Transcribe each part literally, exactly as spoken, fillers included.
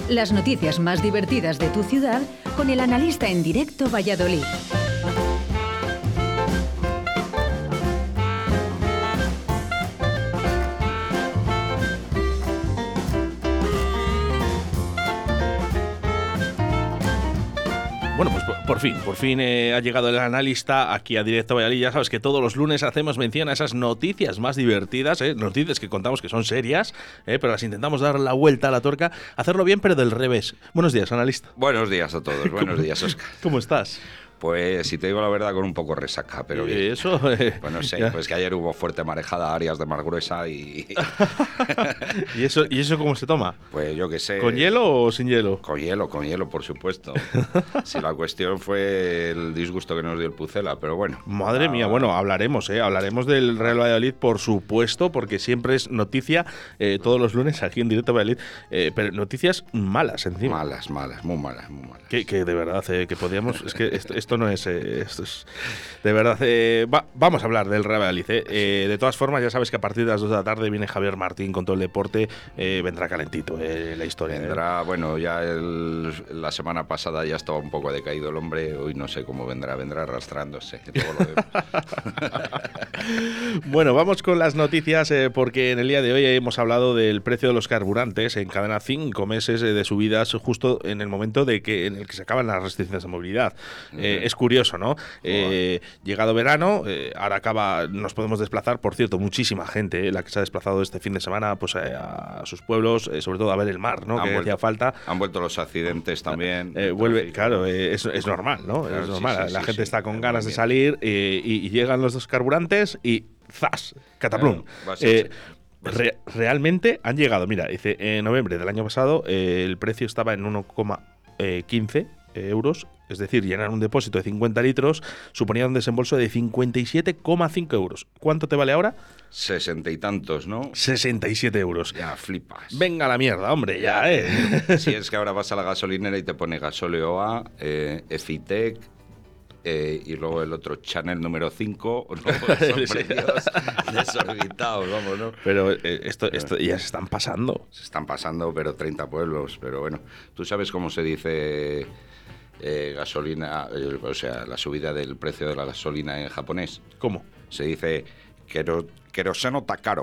Las noticias más divertidas de tu ciudad con el analista en directo Valladolid. Bueno, pues por, por fin, por fin eh, ha llegado el analista aquí a Directo Valladolid. Ya sabes que todos los lunes hacemos mención a esas noticias más divertidas, eh, noticias que contamos que son serias, eh, pero las intentamos dar la vuelta a la tuerca, hacerlo bien pero del revés. Buenos días, analista. Buenos días a todos, buenos días, Óscar. ¿Cómo estás? Pues si te digo la verdad, con un poco resaca, pero bien. ¿Y eso? Eh, pues no sé, ya. pues que ayer hubo fuerte marejada, áreas de mar gruesa y... ¿Y eso, ¿Y eso cómo se toma? Pues yo qué sé... ¿Con hielo o sin hielo? Con hielo, con hielo, por supuesto. Si la cuestión fue el disgusto que nos dio el Pucela, pero bueno. Madre ah, mía, bueno, hablaremos, ¿eh? Hablaremos del Real Valladolid, por supuesto, porque siempre es noticia eh, todos los lunes aquí en Directo Valladolid, eh, pero noticias malas encima. Malas, malas, muy malas, muy malas. Que, que de verdad, eh, que podíamos... Es que esto, esto no es... Eh, esto es de verdad, eh, va, vamos a hablar del Real Valladolid. Eh. Eh, de todas formas, ya sabes que a partir de las dos de la tarde viene Javier Martín con todo el deporte. Eh, vendrá calentito eh, la historia. Vendrá, eh. bueno, ya el, la semana pasada ya estaba un poco decaído el hombre. Hoy no sé cómo vendrá, vendrá arrastrándose. Todo lo demás. Bueno, vamos con las noticias, eh, porque en el día de hoy hemos hablado del precio de los carburantes. Encadena cinco meses eh, de subidas justo en el momento de que en el que se acaban las restricciones de movilidad. Eh, uh-huh. Es curioso, ¿no? Eh, llegado verano, eh, ahora acaba, nos podemos desplazar, por cierto, muchísima gente, eh, la que se ha desplazado este fin de semana pues eh, a sus pueblos, eh, sobre todo a ver el mar, ¿no? Han que vuelto, hacía falta. Han vuelto los accidentes también. Eh, vuelve, claro, eh, es, es normal, ¿no? Claro, es normal. Sí, sí, la sí, gente sí, está con ganas de salir eh, y, y llegan los dos carburantes y ¡zas! ¡Cataplum! Claro, eh, Re- realmente han llegado, mira, dice, en noviembre del año pasado eh, el precio estaba en uno coma quince euros, es decir, llenar un depósito de cincuenta litros suponía un desembolso de cincuenta y siete coma cinco euros. ¿Cuánto te vale ahora? Sesenta y tantos, ¿no? sesenta y siete euros. Ya flipas. Venga la mierda, hombre, ya, eh. Si es que ahora vas a la gasolinera y te pone gasóleo A, eh, Efitec, Eh, y luego el otro Chanel número cinco, ¿no? Son precios desorbitados, vamos, ¿no? Pero eh, esto, esto ya se están pasando. Se están pasando, pero treinta pueblos, pero bueno. ¿Tú sabes cómo se dice eh, gasolina, eh, o sea, la subida del precio de la gasolina en japonés? ¿Cómo? Se dice kero, keroseno takaro.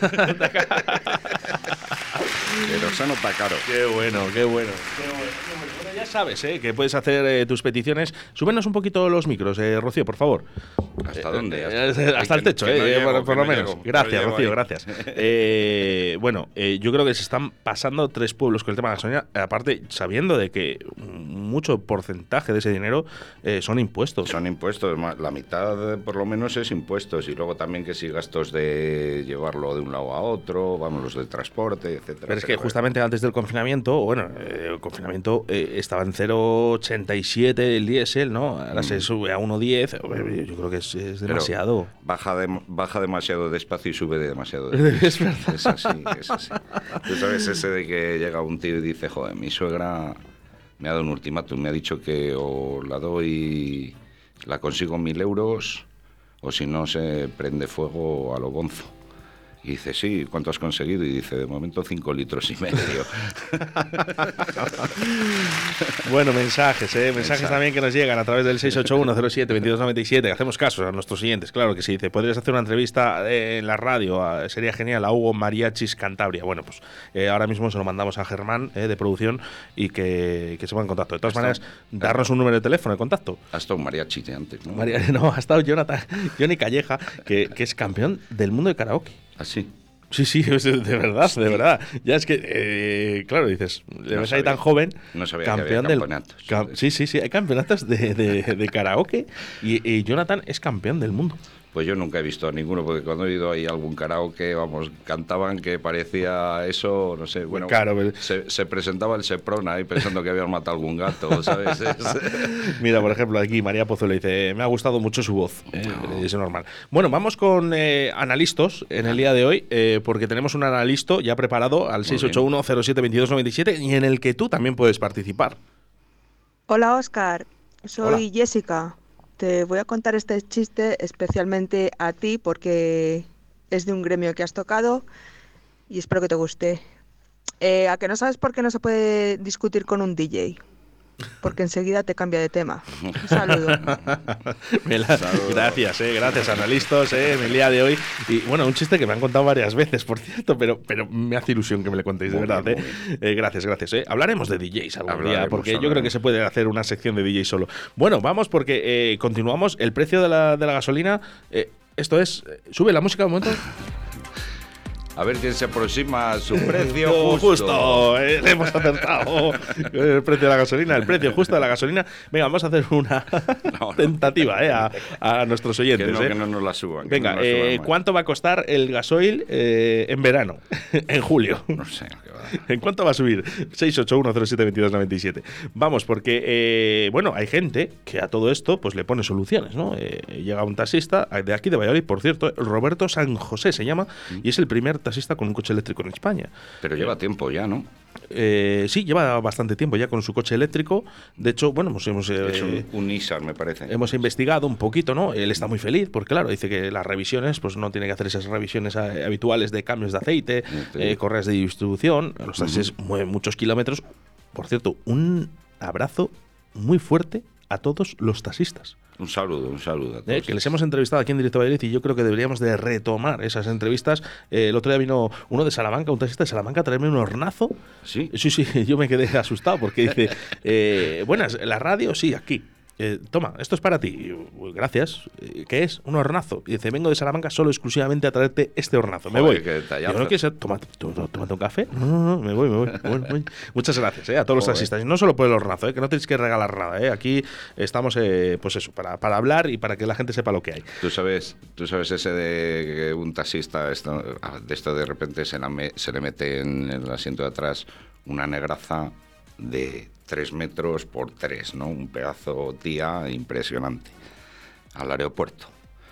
Keroseno takaro. Qué bueno, qué bueno. Qué bueno, qué bueno. Bueno, ya sabes, ¿eh? Que puedes hacer eh, tus peticiones. Súbenos un poquito los micros, eh, Rocío, por favor. ¿Hasta eh, dónde? Hasta, eh, hasta el techo, que, que no eh, llego, por, por lo no menos. Llego, gracias, no Rocío, ahí. gracias. eh, bueno, eh, yo creo que se están pasando tres pueblos con el tema de la gasolina, aparte sabiendo de que mucho porcentaje de ese dinero eh, son impuestos. Son impuestos, la mitad por lo menos es impuestos, y luego también que si gastos de llevarlo de un lado a otro, vamos, los del transporte, etcétera. Pero es que justamente antes del confinamiento, bueno, eh, el confinamiento eh, estaba en cero coma ochenta y siete el diésel, ¿no? Ahora mm. se sube a uno coma diez, yo creo que es, es demasiado. Pero baja, de, baja demasiado despacio y sube de demasiado despacio. Es verdad. Es así, es así. Tú sabes ese de que llega un tío y dice, joder, mi suegra me ha dado un ultimátum, me ha dicho que o la doy, la consigo mil euros, o si no se prende fuego a lo bonzo. Y dice, sí, ¿cuánto has conseguido? Y dice, de momento cinco litros y medio. Bueno, mensajes, ¿eh? Mensajes Mensaje. también que nos llegan a través del seis ocho uno cero siete dos dos nueve siete. Hacemos caso a nuestros siguientes, claro que sí. Dice, ¿podrías hacer una entrevista eh, en la radio? Ah, sería genial, a Hugo Mariachis Cantabria. Bueno, pues eh, ahora mismo se lo mandamos a Germán, eh, de producción, y que, que se ponga en contacto. De todas hasta, maneras, darnos un número de teléfono de contacto. Ha estado un mariachi de antes, ¿no? María, no, ha estado Jonathan, Johnny Calleja, que, que es campeón del mundo de karaoke. ¿Así? Sí, sí, de verdad, de verdad. Ya es que, eh, claro, dices, le no ves sabía, ahí tan joven, no sabía campeón que había del... campeonatos. Cam, sí, sí, sí, hay campeonatos de, de, de karaoke y, y Jonathan es campeón del mundo. Pues yo nunca he visto a ninguno, porque cuando he ido ahí a algún karaoke, vamos, cantaban que parecía eso, no sé, bueno, claro, pero... se, se presentaba el Seprona ahí pensando que habían matado algún gato, ¿sabes? Mira, por ejemplo, aquí María Pozuelo dice, me ha gustado mucho su voz, eh, no. Es normal. Bueno, vamos con eh, analistas en el día de hoy, eh, porque tenemos un analista ya preparado al seis ocho uno cero siete dos dos nueve siete y en el que tú también puedes participar. Hola, Óscar, soy Hola. Jessica. Te voy a contar este chiste especialmente a ti porque es de un gremio que has tocado y espero que te guste. eh, ¿a que no sabes por qué no se puede discutir con un D J? Porque enseguida te cambia de tema. Un saludo. Me la- gracias, eh, gracias, analistas, eh, en el día de hoy. Y bueno, un chiste que me han contado varias veces, por cierto, pero, pero me hace ilusión que me lo contéis, de Muy verdad. bien, Eh. Eh, gracias, gracias. Eh. Hablaremos de D Js algún Hablaremos, día, porque yo creo hablaremos. que se puede hacer una sección de D Js solo. Bueno, vamos porque eh, continuamos. El precio de la, de la gasolina, eh, esto es, eh, sube la música un momento. A ver quién se aproxima a su precio No, justo. justo, eh, hemos acertado el precio de la gasolina, el precio justo de la gasolina. Venga, vamos a hacer una No, no. tentativa eh, a, a nuestros oyentes. Que no, eh. que no nos la suban. que Venga, no nos la eh, suban más. ¿cuánto va a costar el gasoil eh, en verano, en julio? No sé. qué va. ¿En cuánto va a subir? seis ocho uno cero siete dos dos nueve siete. Vamos, porque, eh, bueno, hay gente que a todo esto pues le pone soluciones, ¿no? Eh, llega un taxista de aquí de Valladolid, por cierto, Roberto San José se llama, y es el primer taxista con un coche eléctrico en España. Pero lleva tiempo ya, ¿no? Eh, sí, lleva bastante tiempo ya con su coche eléctrico. De hecho, bueno, hemos, hemos, eh, Es un, un Nissan, me parece. hemos investigado un poquito, ¿no? Él está muy feliz porque, claro, dice que las revisiones, pues no tiene que hacer esas revisiones eh, habituales de cambios de aceite, Sí. eh, correas de distribución. Los taxis mueven muchos kilómetros. Por cierto, un abrazo muy fuerte a todos los taxistas. Un saludo, un saludo a Eh, todos. que les hemos entrevistado aquí en Directo Valladolid y yo creo que deberíamos de retomar esas entrevistas. Eh, el otro día vino uno de Salamanca, un taxista de Salamanca, a traerme un hornazo. ¿Sí? Sí, sí, yo me quedé asustado porque dice, eh, buenas, la radio, sí, aquí. Eh, toma, esto es para ti. Y yo, "Uy, gracias. Eh, ¿Qué es? Un hornazo. Y dice, vengo de Salamanca solo exclusivamente a traerte este hornazo. Me Joder, voy. qué detallazo. Yo, ¿no quieres? Tómate, tú- tú- tómate un café. No, no, no, me voy, me voy. me voy, me voy. Muchas gracias eh, a todos los Joder. taxistas. Y no solo por el hornazo, eh, que no tenéis que regalar nada. Eh. Aquí estamos, eh, pues eso, para, para hablar y para que la gente sepa lo que hay. Tú sabes, tú sabes ese de que un taxista, esto, de esto de repente se, la me- se le mete en el asiento de atrás una negraza de tres metros por tres, ¿no? Un pedazo tía impresionante al aeropuerto.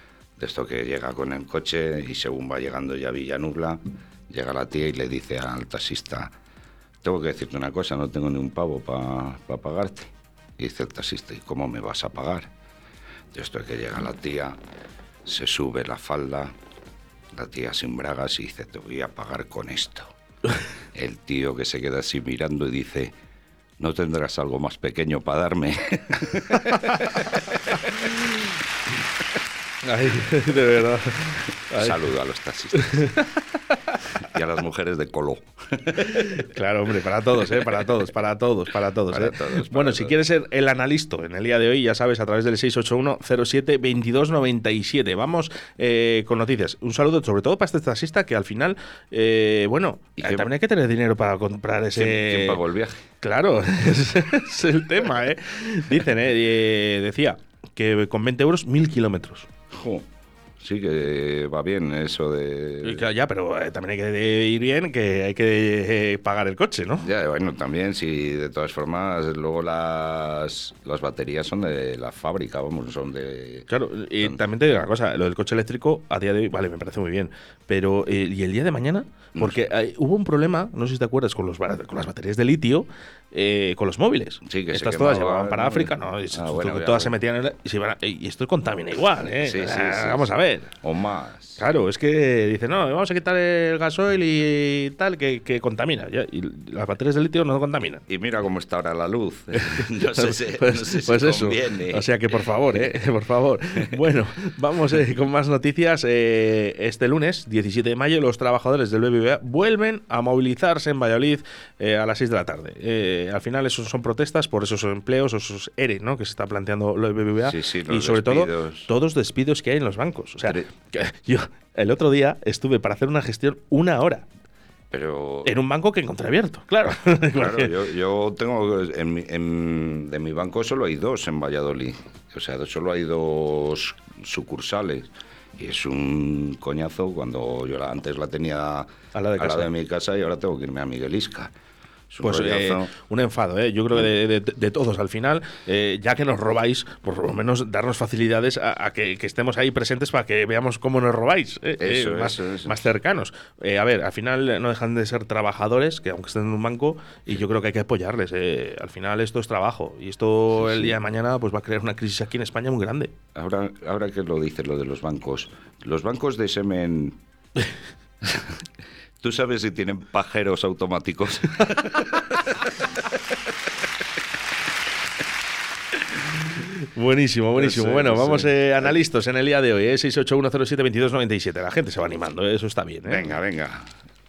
De esto que llega con el coche y según va llegando ya a Villanubla, llega la tía y le dice al taxista, tengo que decirte una cosa, no tengo ni un pavo para pagarte. Y dice el taxista, ¿y cómo me vas a pagar? De esto que llega la tía, se sube la falda, la tía sin bragas y dice, te voy a pagar con esto. El tío que se queda así mirando y dice, ¿no tendrás algo más pequeño para darme? Ay, de verdad. Ay. Saludo a los taxistas. Y a las mujeres de Coló. Claro, hombre, para todos, ¿eh? Para todos, para todos, para todos. Para ¿eh? todos, para bueno, si todos. quieres ser el analista en el día de hoy, ya sabes, a través del seis ocho uno cero siete dos dos nueve siete. Vamos eh, con noticias. Un saludo sobre todo para este taxista que al final, eh, bueno, ¿Y eh, qué- también hay que tener dinero para comprar ese... ¿Quién, quién pagó el viaje? Claro, ese es el tema, ¿eh? Dicen, ¿eh? Eh, decía que con veinte euros, mil kilómetros. Jo, sí que va bien eso de... Y claro, ya, pero eh, también hay que ir bien, que hay que eh, pagar el coche, ¿no? Ya, bueno, también, si de todas formas, luego las, las baterías son de la fábrica, vamos, son de... Claro, y también te digo una cosa, lo del coche eléctrico a día de hoy, vale, me parece muy bien, pero eh, ¿y el día de mañana? Porque eh, hubo un problema, no sé si te acuerdas, con, los, ba- con las baterías de litio, eh, con los móviles. Sí, que se Estas todas quemaban, llevaban para ¿no? África, ¿no? Y se- Ah, bueno, ya, todas se bueno. metían en el- y, se iban a- y esto contamina igual, ¿eh? Sí, sí, Ah, sí, vamos sí. a ver. O más. Claro, es que dicen, no, vamos a quitar el gasoil y tal, que, que contamina. Ya, y las baterías de litio no contaminan. Y mira cómo está ahora la luz. No sé si, Pues, no sé si pues eso. conviene. O sea que por favor, ¿eh? por favor. Bueno, vamos eh, con más noticias. Eh, este lunes, diecisiete de mayo, los trabajadores del B B V A vuelven a movilizarse en Valladolid eh, a las seis de la tarde. Eh, al final, eso son protestas por esos empleos, esos E R E, ¿no? Que se está planteando lo del B B V A. Sí, sí, y los sobre todo, despidos. todos los despidos que hay en los bancos. O sea, Tre- que yo el otro día estuve para hacer una gestión una hora Pero... en un banco que encontré abierto, claro. Claro, yo, yo tengo en, mi- en- de mi banco solo hay dos en Valladolid, o sea, solo hay dos sucursales y es un coñazo cuando yo la- antes la tenía Al lado de casa. de mi casa y ahora tengo que irme a Miguel Isca. Es un Pues eh, rollazo. un enfado, ¿eh? Yo creo que de, de- de todos al final, eh, ya que nos robáis, por lo menos darnos facilidades a, a que, que estemos ahí presentes para que veamos cómo nos robáis, ¿eh? Eso, Eh, más, eso, eso. más cercanos. Eh, a ver, al final no dejan de ser trabajadores, que aunque estén en un banco, y yo creo que hay que apoyarles. eh. Al final esto es trabajo, y esto Sí, el sí. día de mañana pues va a crear una crisis aquí en España muy grande. Ahora, ahora que lo dices, lo de los bancos, los bancos de semen ¿Tú sabes si tienen pajeros automáticos? Buenísimo, buenísimo. No sé, bueno, no vamos sé. eh, analistas en el día de hoy, ¿eh? seis ocho uno cero siete dos dos nueve siete. La gente se va animando, ¿eh? Eso está bien. ¿eh? Venga, venga.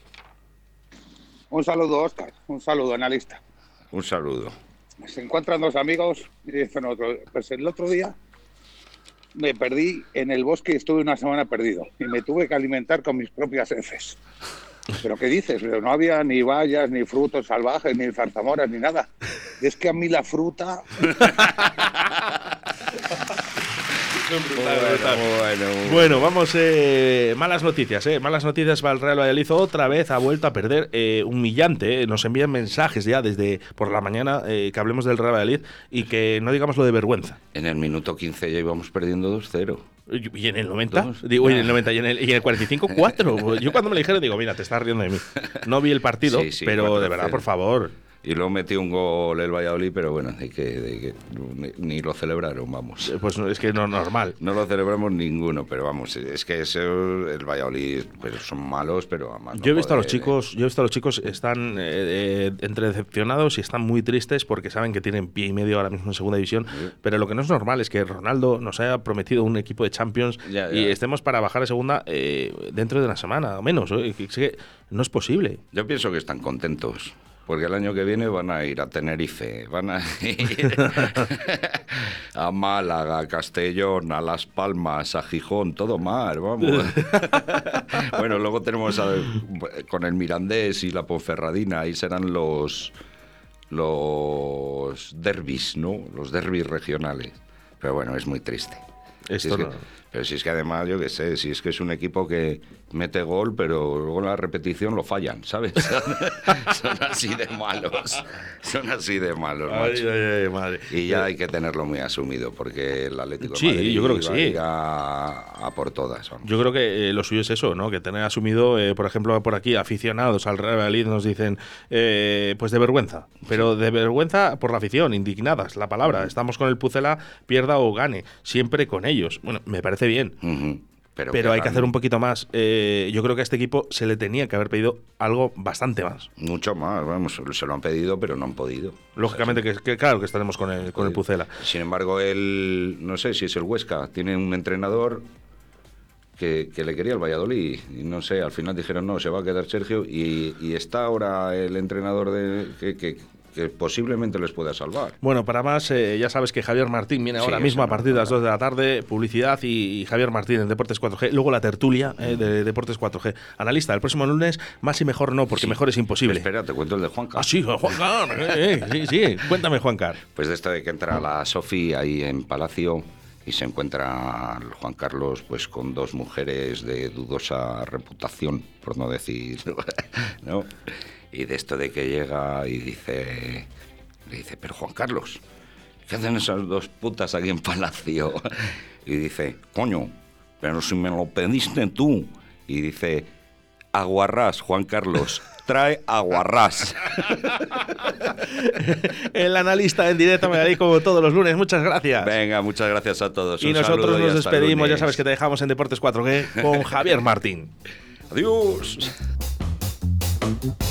Un saludo, Óscar. Un saludo, analista. Un saludo. Se encuentran dos amigos y dicen otro. Pues el otro día me perdí en el bosque y estuve una semana perdido. Y me tuve que alimentar con mis propias heces. ¿Pero qué dices? No había ni bayas, ni frutos salvajes, ni zarzamoras, ni nada. Es que a mí la fruta... Bueno, bueno, Bueno, vamos, eh, malas noticias, eh, malas noticias para el Real Valladolid. Otra vez ha vuelto a perder, eh, humillante. Eh, nos envían mensajes ya desde por la mañana eh, que hablemos del Real Valladolid y que no digamos lo de vergüenza. En el minuto quince ya íbamos perdiendo dos cero. ¿Y en el noventa? Dos. Digo, y en el noventa y en el, y en el cuarenta y cinco, cuatro. Yo cuando me lo dijeron digo, mira, te estás riendo de mí. No vi el partido, Sí, sí, pero cuatro de verdad, cero. por favor. Y luego metió un gol el Valladolid, pero bueno, hay que, hay que ni, ni lo celebraron, vamos. Eh, Pues no, es que no es normal. No lo celebramos ninguno, pero vamos, es que ese, el Valladolid pues son malos, pero además no Yo he visto a los joder, chicos, yo he visto a los chicos están eh, eh, entre decepcionados y están muy tristes porque saben que tienen pie y medio ahora mismo en segunda división, Sí. pero lo que no es normal es que Ronaldo nos haya prometido un equipo de Champions Ya, y ya. estemos para bajar de segunda eh, dentro de una semana o menos. ¿eh? Es que no es posible. Yo pienso que están contentos, porque el año que viene van a ir a Tenerife, van a ir a Málaga, a Castellón, a Las Palmas, a Gijón, todo mar, vamos. Bueno, luego tenemos a- con el Mirandés y la Ponferradina, ahí serán los los derbis, ¿no? Los derbis regionales. Pero bueno, es muy triste. Esto Si es que- no- pero si es que además, yo qué sé, si es que es un equipo que mete gol, pero luego en la repetición lo fallan, ¿sabes? Son así de malos. Son así de malos, Ay, macho. ay, ay, madre. Y ya hay que tenerlo muy asumido, porque el Atlético de Sí, Madrid yo creo que va a sí. ir a, a por todas. Vamos. Yo creo que eh, lo suyo es eso, ¿no? Que tener asumido, eh, por ejemplo, por aquí, aficionados al Real Valladolid nos dicen, eh, pues de vergüenza. Pero de vergüenza por la afición, indignadas, la palabra. Estamos con el Pucela, pierda o gane, siempre con ellos. Bueno, me parece bien. Ujú. Pero, Pero hay que hagan hacer un poquito más. Eh, yo creo que a este equipo se le tenía que haber pedido algo bastante más. mucho más, vamos, se lo han pedido, pero no han podido. Lógicamente, que, que claro que estaremos con el, con el Pucela. Sin embargo, él, no sé si es el Huesca, tiene un entrenador que, que le quería el Valladolid. Y no sé, al final dijeron, no, se va a quedar Sergio. Y, y está ahora el entrenador de que, que, que posiblemente les pueda salvar. Bueno, para más, eh, ya sabes que Javier Martín viene Sí, ahora eso mismo a no, partir de las no. dos de la tarde, publicidad y, y Javier Martín en Deportes cuatro G. Luego la tertulia eh, de Deportes cuatro G. Analista, el próximo lunes, más y mejor no, porque Sí. mejor es imposible. Espera, te cuento el de Juanca. Ah, sí, Juan Car. Eh, eh, sí, sí. Cuéntame, Juan Car. Pues de esto de que entra la Sofi ahí en Palacio y se encuentra el Juan Carlos pues con dos mujeres de dudosa reputación, por no decir, ¿no? Y de esto de que llega y dice, le dice, pero Juan Carlos, ¿qué hacen esas dos putas aquí en Palacio? Y dice, coño, pero si me lo pediste tú. Y dice, aguarrás, Juan Carlos, trae aguarrás. El analista en directo me como todos los lunes. Muchas gracias. Venga, muchas gracias a todos. Y Un nosotros saludo y nos hasta el despedimos, ya lunes. sabes que te dejamos en Deportes cuatro G con Javier Martín. Adiós.